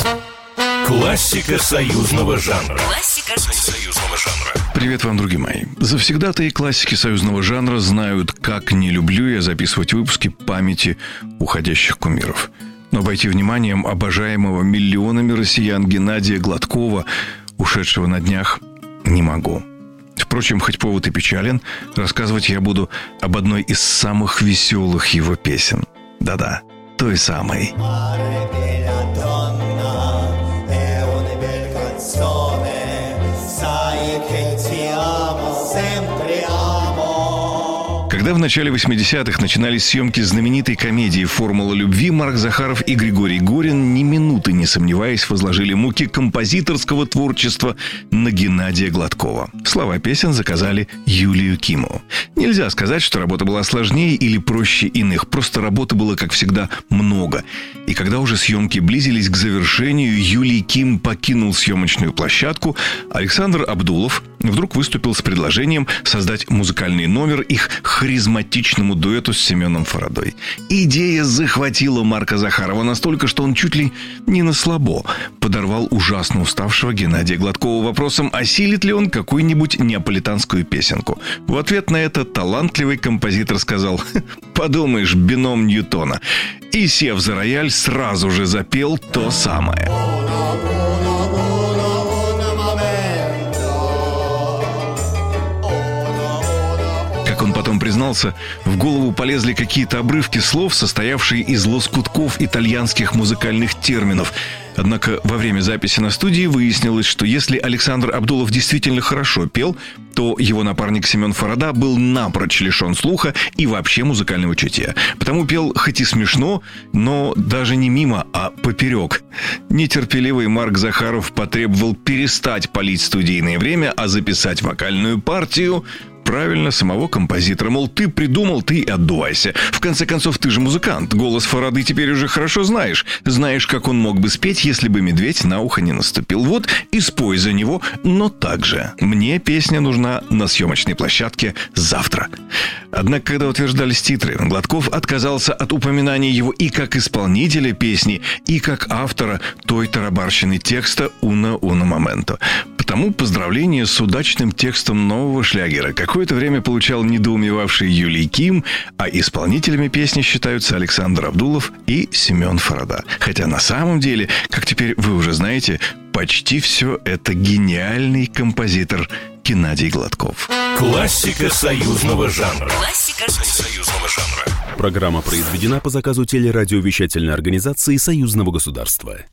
Классика союзного жанра. Привет вам, друзья мои. Завсегдатаи классики союзного жанра знают, как не люблю я записывать выпуски памяти уходящих кумиров. Но обойти вниманием обожаемого миллионами россиян Геннадия Гладкова, ушедшего на днях, не могу. Впрочем, хоть повод и печален, рассказывать я буду об одной из самых веселых его песен. Да-да, той самой. Когда в начале 80-х начинались съемки знаменитой комедии «Формула любви», Марк Захаров и Григорий Горин, ни минуты не сомневаясь, возложили муки композиторского творчества на Геннадия Гладкова. Слова песен заказали Юлию Киму. Нельзя сказать, что работа была сложнее или проще иных. Просто работы было, как всегда, много. И когда уже съемки близились к завершению, Юлий Ким покинул съемочную площадку, Александр Абдулов вдруг выступил с предложением создать музыкальный номер их харизматичному дуэту с Семеном Фарадой. Идея захватила Марка Захарова настолько, что он чуть ли не на слабо подорвал ужасно уставшего Геннадия Гладкова вопросом, осилит ли он какую-нибудь неаполитанскую песенку. В ответ на это талантливый композитор сказал: «Подумаешь, бином Ньютона». И, сев за рояль, сразу же запел то самое. Как он потом признался, в голову полезли какие-то обрывки слов, состоявшие из лоскутков итальянских музыкальных терминов. Однако во время записи на студии выяснилось, что если Александр Абдулов действительно хорошо пел, то его напарник Семен Фарада был напрочь лишен слуха и вообще музыкального чутья. Потому пел хоть и смешно, но даже не мимо, а поперек. Нетерпеливый Марк Захаров потребовал перестать палить студийное время, а записать вокальную партию правильно самого композитора. Мол, ты придумал, ты и отдувайся. В конце концов, ты же музыкант. Голос Фарады теперь уже хорошо знаешь. Знаешь, как он мог бы спеть, если бы медведь на ухо не наступил. Вот и спой за него, но так же. Мне песня нужна на съемочной площадке завтра. Однако, когда утверждались титры, Гладков отказался от упоминания его и как исполнителя песни, и как автора той тарабарщины текста «Уна моменто». Потому поздравление с удачным текстом нового шлягера какое-то время получал недоумевавший Юлий Ким, а исполнителями песни считаются Александр Абдулов и Семен Фарада. Хотя на самом деле, как теперь вы уже знаете, почти все это гениальный композитор Геннадий Гладков. Классика союзного жанра. Программа произведена по заказу телерадиовещательной организации Союзного государства.